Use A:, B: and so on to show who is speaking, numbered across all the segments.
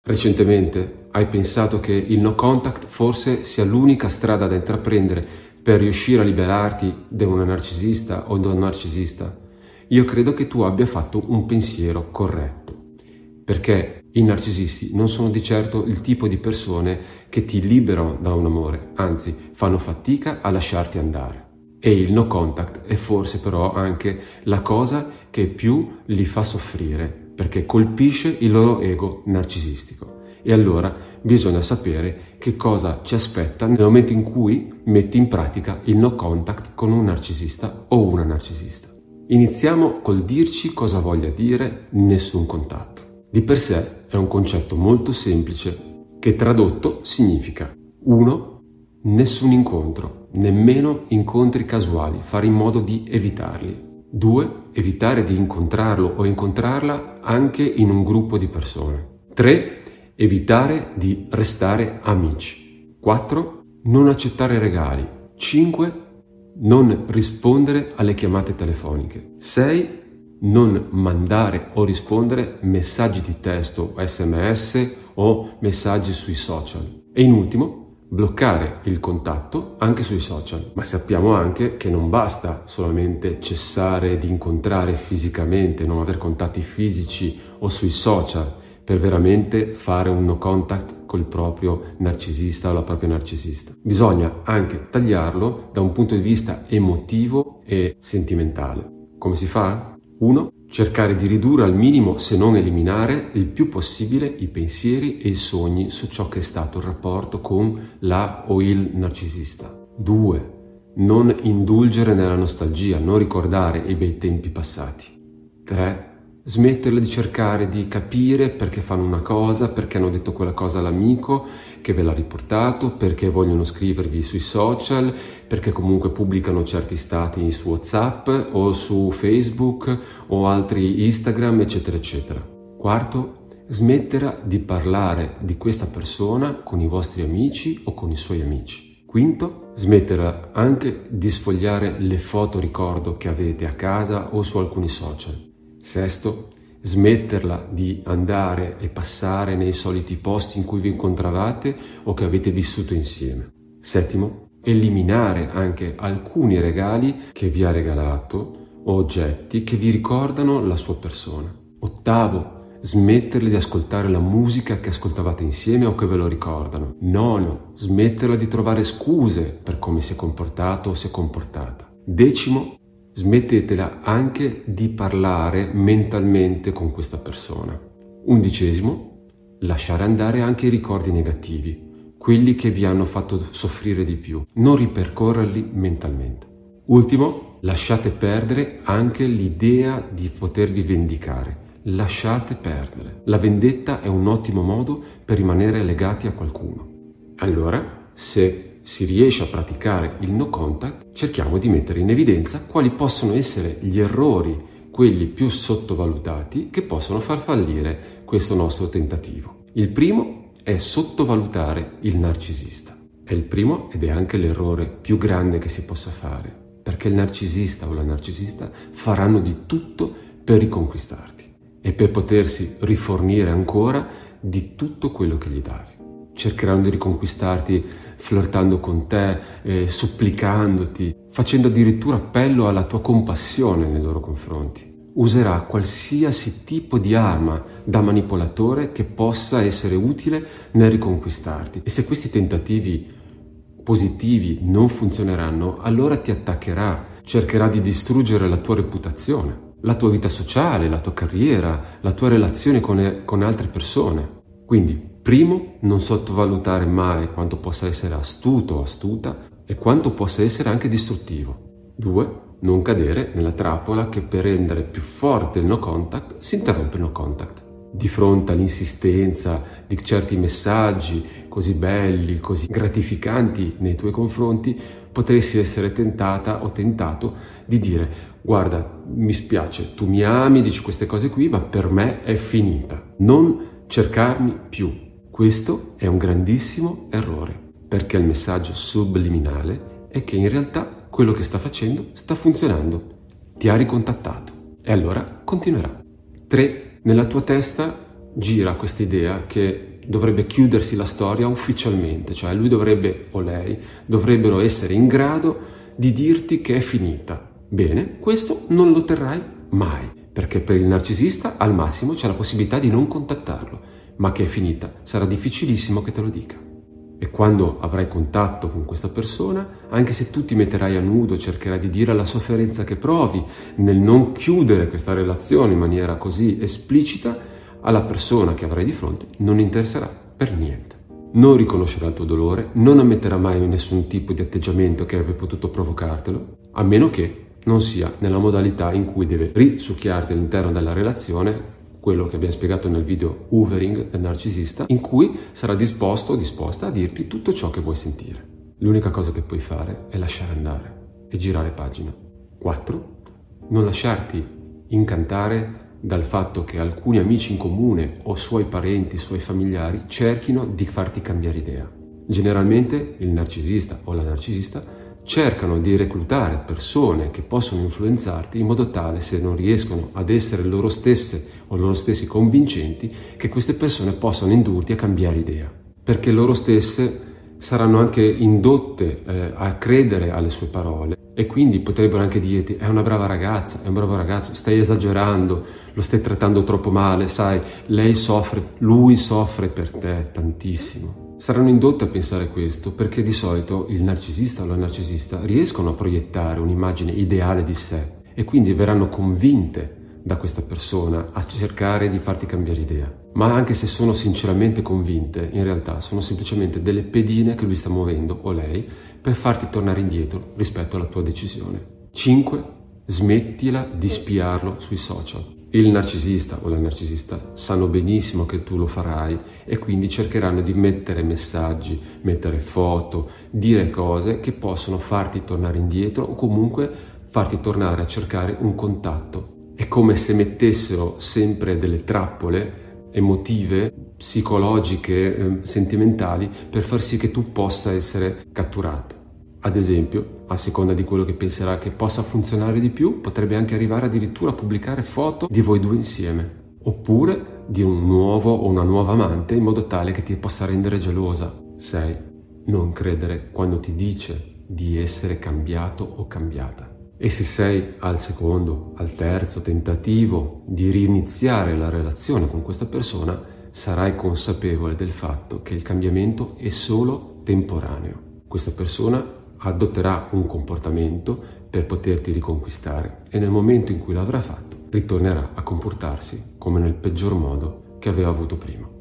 A: Recentemente hai pensato che il no contact forse sia l'unica strada da intraprendere per riuscire a liberarti da una narcisista o da un narcisista? Io credo che tu abbia fatto un pensiero corretto, perché i narcisisti non sono di certo il tipo di persone che ti liberano da un amore, anzi fanno fatica a lasciarti andare. E il no contact è forse però anche la cosa che più li fa soffrire, perché colpisce il loro ego narcisistico. E allora bisogna sapere che cosa ci aspetta nel momento in cui metti in pratica il no contact con un narcisista o una narcisista. Iniziamo col dirci cosa voglia dire nessun contatto. Di per sé è un concetto molto semplice che tradotto significa 1. Nessun incontro, nemmeno incontri casuali, fare in modo di evitarli. 2. Evitare di incontrarlo o incontrarla anche in un gruppo di persone. 3. Evitare di restare amici. 4. Non accettare regali. 5. Non rispondere alle chiamate telefoniche. 6. Non mandare o rispondere messaggi di testo, SMS o messaggi sui social. E in ultimo, bloccare il contatto anche sui social. Ma sappiamo anche che non basta solamente cessare di incontrare fisicamente, non avere contatti fisici o sui social per veramente fare un no contact col proprio narcisista o la propria narcisista. Bisogna anche tagliarlo da un punto di vista emotivo e sentimentale. Come si fa? 1. Cercare di ridurre al minimo, se non eliminare, il più possibile i pensieri e i sogni su ciò che è stato il rapporto con la o il narcisista. 2. Non indulgere nella nostalgia, non ricordare i bei tempi passati. 3. Smetterla di cercare di capire perché fanno una cosa, perché hanno detto quella cosa all'amico che ve l'ha riportato, perché vogliono scrivervi sui social, perché comunque pubblicano certi stati su WhatsApp o su Facebook o altri Instagram, eccetera, eccetera. 4. Smetterla di parlare di questa persona con i vostri amici o con i suoi amici. 5. Smetterla anche di sfogliare le foto ricordo che avete a casa o su alcuni social. 6. Smetterla di andare e passare nei soliti posti in cui vi incontravate o che avete vissuto insieme. 7. Eliminare anche alcuni regali che vi ha regalato o oggetti che vi ricordano la sua persona. 8. Smetterla di ascoltare la musica che ascoltavate insieme o che ve lo ricordano. 9. Smetterla di trovare scuse per come si è comportato o si è comportata. 10. Smettetela anche di parlare mentalmente con questa persona. 11. Lasciare andare anche i ricordi negativi, quelli che vi hanno fatto soffrire di più, non ripercorrerli mentalmente. Ultimo, lasciate perdere anche l'idea di potervi vendicare. Lasciate perdere. La vendetta è un ottimo modo per rimanere legati a qualcuno. Allora, se si riesce a praticare il no contact, cerchiamo di mettere in evidenza quali possono essere gli errori, quelli più sottovalutati, che possono far fallire questo nostro tentativo. Il primo è sottovalutare il narcisista. È il primo ed è anche l'errore più grande che si possa fare, perché il narcisista o la narcisista faranno di tutto per riconquistarti e per potersi rifornire ancora di tutto quello che gli davi. Cercheranno di riconquistarti flirtando con te, supplicandoti, facendo addirittura appello alla tua compassione nei loro confronti. Userà qualsiasi tipo di arma da manipolatore che possa essere utile nel riconquistarti. E se questi tentativi positivi non funzioneranno, allora ti attaccherà, cercherà di distruggere la tua reputazione, la tua vita sociale, la tua carriera, la tua relazione con altre persone. Quindi, primo, non sottovalutare mai quanto possa essere astuto o astuta e quanto possa essere anche distruttivo. 2. Non cadere nella trappola che per rendere più forte il no contact si interrompe il no contact. Di fronte all'insistenza di certi messaggi così belli, così gratificanti nei tuoi confronti, potresti essere tentata o tentato di dire: guarda, mi spiace, tu mi ami, dici queste cose qui, ma per me è finita. Non cercarmi più. Questo è un grandissimo errore, perché il messaggio subliminale è che in realtà quello che sta facendo sta funzionando, ti ha ricontattato e allora continuerà. 3. Nella tua testa gira questa idea che dovrebbe chiudersi la storia ufficialmente, cioè lui dovrebbe o lei dovrebbero essere in grado di dirti che è finita. Bene, questo non lo otterrai mai, perché per il narcisista al massimo c'è la possibilità di non contattarlo, ma che è finita sarà difficilissimo che te lo dica. E quando avrai contatto con questa persona, anche se tu ti metterai a nudo, cercherai di dire la sofferenza che provi nel non chiudere questa relazione in maniera così esplicita, alla persona che avrai di fronte non interesserà per niente. Non riconoscerà il tuo dolore, non ammetterà mai nessun tipo di atteggiamento che avrebbe potuto provocartelo, a meno che non sia nella modalità in cui deve risucchiarti all'interno della relazione, quello che abbiamo spiegato nel video Hoovering del narcisista, in cui sarà disposto o disposta a dirti tutto ciò che vuoi sentire. L'unica cosa che puoi fare è lasciare andare e girare pagina. 4. Non lasciarti incantare dal fatto che alcuni amici in comune o suoi parenti, suoi familiari cerchino di farti cambiare idea. Generalmente il narcisista o la narcisista cercano di reclutare persone che possono influenzarti in modo tale, se non riescono ad essere loro stesse o loro stessi convincenti, che queste persone possano indurti a cambiare idea, perché loro stesse saranno anche indotte a credere alle sue parole e quindi potrebbero anche dirti: è una brava ragazza, è un bravo ragazzo, stai esagerando, lo stai trattando troppo male, sai, lei soffre, lui soffre per te tantissimo. Saranno indotte a pensare questo perché di solito il narcisista o la narcisista riescono a proiettare un'immagine ideale di sé e quindi verranno convinte da questa persona a cercare di farti cambiare idea. Ma anche se sono sinceramente convinte, in realtà sono semplicemente delle pedine che lui sta muovendo, o lei, per farti tornare indietro rispetto alla tua decisione. 5. Smettila di spiarlo sui social. Il narcisista o la narcisista sanno benissimo che tu lo farai e quindi cercheranno di mettere messaggi, mettere foto, dire cose che possono farti tornare indietro o comunque farti tornare a cercare un contatto. È come se mettessero sempre delle trappole emotive, psicologiche, sentimentali per far sì che tu possa essere catturato. Ad esempio, a seconda di quello che penserà che possa funzionare di più, potrebbe anche arrivare addirittura a pubblicare foto di voi due insieme, oppure di un nuovo o una nuova amante in modo tale che ti possa rendere gelosa. 6. Non credere quando ti dice di essere cambiato o cambiata. E se sei al secondo, al terzo tentativo di riniziare la relazione con questa persona, sarai consapevole del fatto che il cambiamento è solo temporaneo. Questa persona adotterà un comportamento per poterti riconquistare e nel momento in cui l'avrà fatto ritornerà a comportarsi come nel peggior modo che aveva avuto prima.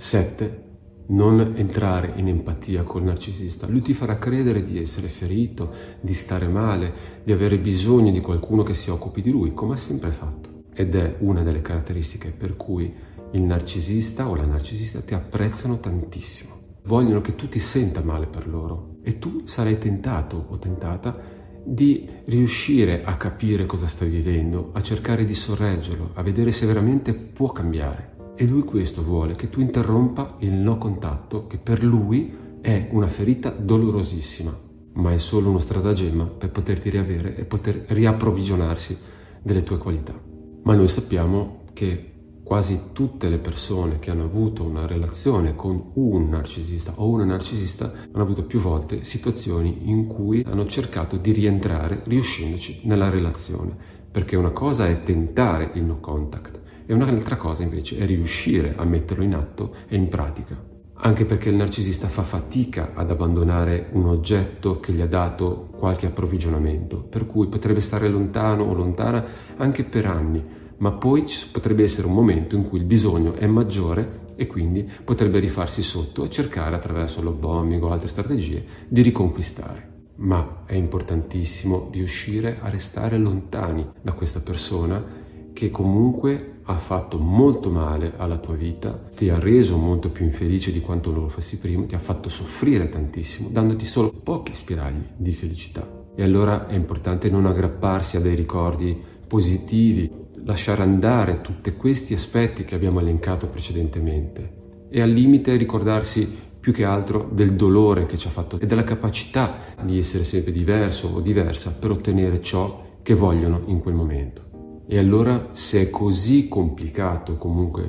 A: 7. Non entrare in empatia col narcisista. Lui ti farà credere di essere ferito, di stare male, di avere bisogno di qualcuno che si occupi di lui, come ha sempre fatto. Ed è una delle caratteristiche per cui il narcisista o la narcisista ti apprezzano tantissimo. Vogliono che tu ti senta male per loro e tu sarai tentato o tentata di riuscire a capire cosa stai vivendo, a cercare di sorreggerlo, a vedere se veramente può cambiare. E lui questo vuole, che tu interrompa il no contatto, che per lui è una ferita dolorosissima, ma è solo uno stratagemma per poterti riavere e poter riapprovvigionarsi delle tue qualità. Ma noi sappiamo che quasi tutte le persone che hanno avuto una relazione con un narcisista o una narcisista hanno avuto più volte situazioni in cui hanno cercato di rientrare riuscendoci nella relazione, perché una cosa è tentare il no contact e un'altra cosa invece è riuscire a metterlo in atto e in pratica. Anche perché il narcisista fa fatica ad abbandonare un oggetto che gli ha dato qualche approvvigionamento, per cui potrebbe stare lontano o lontana anche per anni, ma poi ci potrebbe essere un momento in cui il bisogno è maggiore e quindi potrebbe rifarsi sotto e cercare attraverso love bombing o altre strategie di riconquistare. Ma è importantissimo riuscire a restare lontani da questa persona che comunque ha fatto molto male alla tua vita, ti ha reso molto più infelice di quanto lo fossi prima, ti ha fatto soffrire tantissimo, dandoti solo pochi spiragli di felicità. E allora è importante non aggrapparsi a dei ricordi positivi, lasciare andare tutti questi aspetti che abbiamo elencato precedentemente e al limite ricordarsi più che altro del dolore che ci ha fatto e della capacità di essere sempre diverso o diversa per ottenere ciò che vogliono in quel momento. E allora, se è così complicato comunque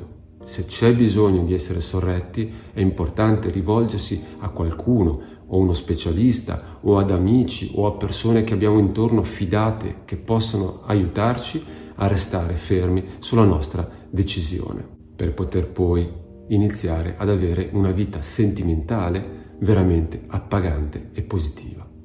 A: Se c'è bisogno di essere sorretti, è importante rivolgersi a qualcuno, o uno specialista, o ad amici, o a persone che abbiamo intorno fidate, che possano aiutarci a restare fermi sulla nostra decisione, per poter poi iniziare ad avere una vita sentimentale veramente appagante e positiva.